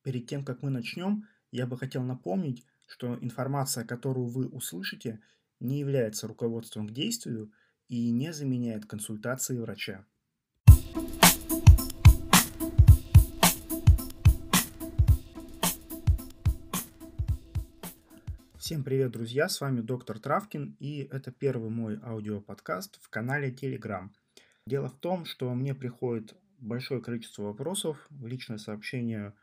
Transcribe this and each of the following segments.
Перед тем, как мы начнем, я бы хотел напомнить, что информация, которую вы услышите, не является руководством к действию и не заменяет консультации врача. Всем привет, друзья! С вами доктор Травкин, и это первый мой аудиоподкаст в канале Telegram. Дело в том, что мне приходит большое количество вопросов в личное сообщение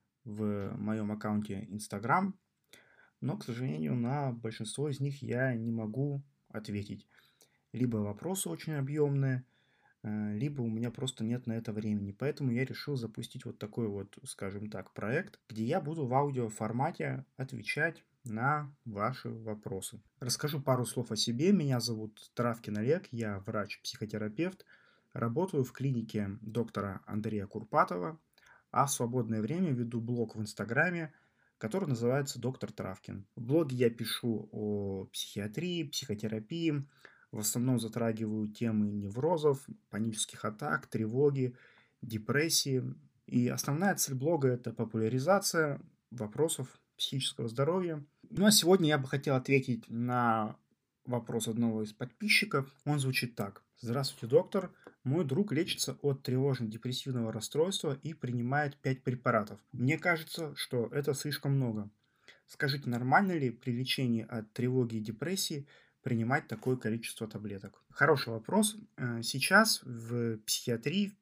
в моем аккаунте Instagram, но, к сожалению, на большинство из них я не могу ответить. Либо вопросы очень объемные, либо у меня просто нет на это времени. Поэтому я решил запустить вот такой вот, скажем так, проект, где я буду в аудиоформате отвечать на ваши вопросы. Расскажу пару слов о себе. Меня зовут Травкин Олег, я врач-психотерапевт, работаю в клинике доктора Андрея Курпатова, а в свободное время веду блог в Инстаграме, который называется «Доктор Травкин». В блоге я пишу о психиатрии, психотерапии, в основном затрагиваю темы неврозов, панических атак, тревоги, депрессии. И основная цель блога – это популяризация вопросов психического здоровья. Ну а сегодня я бы хотел ответить на вопрос одного из подписчиков. Он звучит так. Здравствуйте, доктор. Мой друг лечится от тревожно-депрессивного расстройства и принимает 5 препаратов. Мне кажется, что это слишком много. Скажите, нормально ли при лечении от тревоги и депрессии принимать такое количество таблеток? Хороший вопрос. Сейчас в психиатрии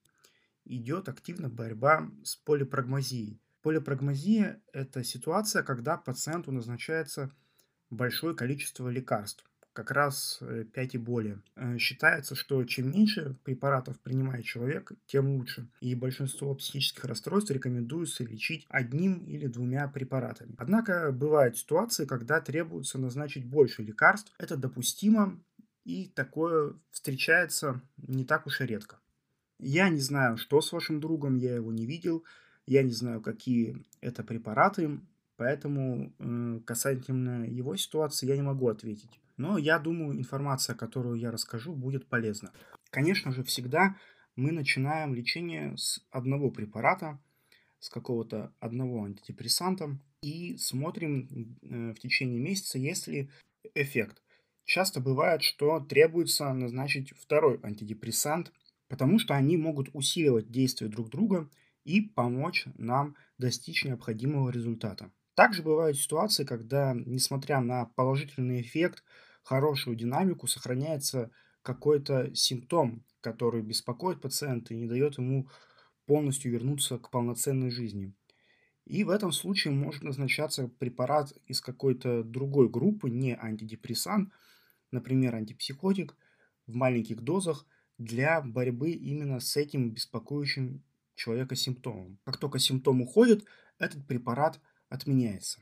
идет активная борьба с полипрагмазией. Полипрагмазия – это ситуация, когда пациенту назначается большое количество лекарств, как раз 5 и более. Считается, что чем меньше препаратов принимает человек, тем лучше. И большинство психических расстройств рекомендуется лечить одним или двумя препаратами. Однако бывают ситуации, когда требуется назначить больше лекарств. Это допустимо, и такое встречается не так уж и редко. Я не знаю, что с вашим другом, я его не видел, я не знаю, какие это препараты, поэтому касательно его ситуации я не могу ответить. Но я думаю, информация, которую я расскажу, будет полезна. Конечно же, всегда мы начинаем лечение с одного препарата, с какого-то одного антидепрессанта и смотрим в течение месяца, есть ли эффект. Часто бывает, что требуется назначить второй антидепрессант, потому что они могут усиливать действие друг друга и помочь нам достичь необходимого результата. Также бывают ситуации, когда, несмотря на положительный эффект, хорошую динамику, сохраняется какой-то симптом, который беспокоит пациента и не дает ему полностью вернуться к полноценной жизни. И в этом случае может назначаться препарат из какой-то другой группы, не антидепрессант, например, антипсихотик в маленьких дозах для борьбы именно с этим беспокоящим человека симптомом. Как только симптом уходит, этот препарат отменяется.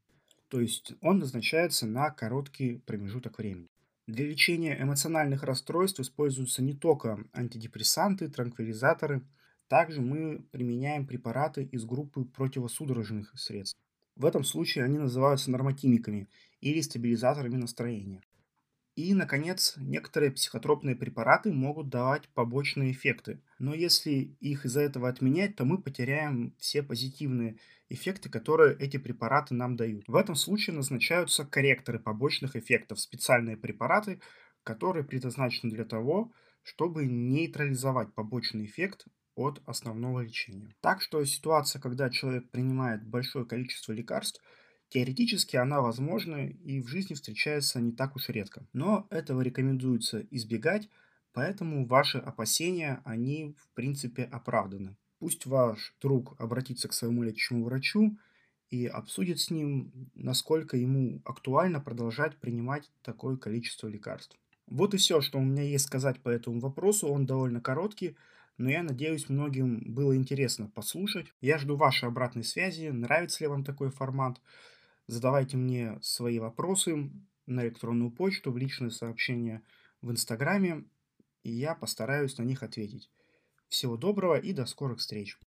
То есть он назначается на короткий промежуток времени. Для лечения эмоциональных расстройств используются не только антидепрессанты, транквилизаторы, также мы применяем препараты из группы противосудорожных средств. В этом случае они называются нормотимиками или стабилизаторами настроения. И, наконец, некоторые психотропные препараты могут давать побочные эффекты. Но если их из-за этого отменять, то мы потеряем все позитивные эффекты, которые эти препараты нам дают. В этом случае назначаются корректоры побочных эффектов, специальные препараты, которые предназначены для того, чтобы нейтрализовать побочный эффект от основного лечения. Так что ситуация, когда человек принимает большое количество лекарств, теоретически она возможна и в жизни встречается не так уж редко. Но этого рекомендуется избегать, поэтому ваши опасения, они в принципе оправданы. Пусть ваш друг обратится к своему лечащему врачу и обсудит с ним, насколько ему актуально продолжать принимать такое количество лекарств. Вот и все, что у меня есть сказать по этому вопросу. Он довольно короткий, но я надеюсь, многим было интересно послушать. Я жду вашей обратной связи, нравится ли вам такой формат. Задавайте мне свои вопросы на электронную почту, в личные сообщения в Инстаграме, и я постараюсь на них ответить. Всего доброго и до скорых встреч!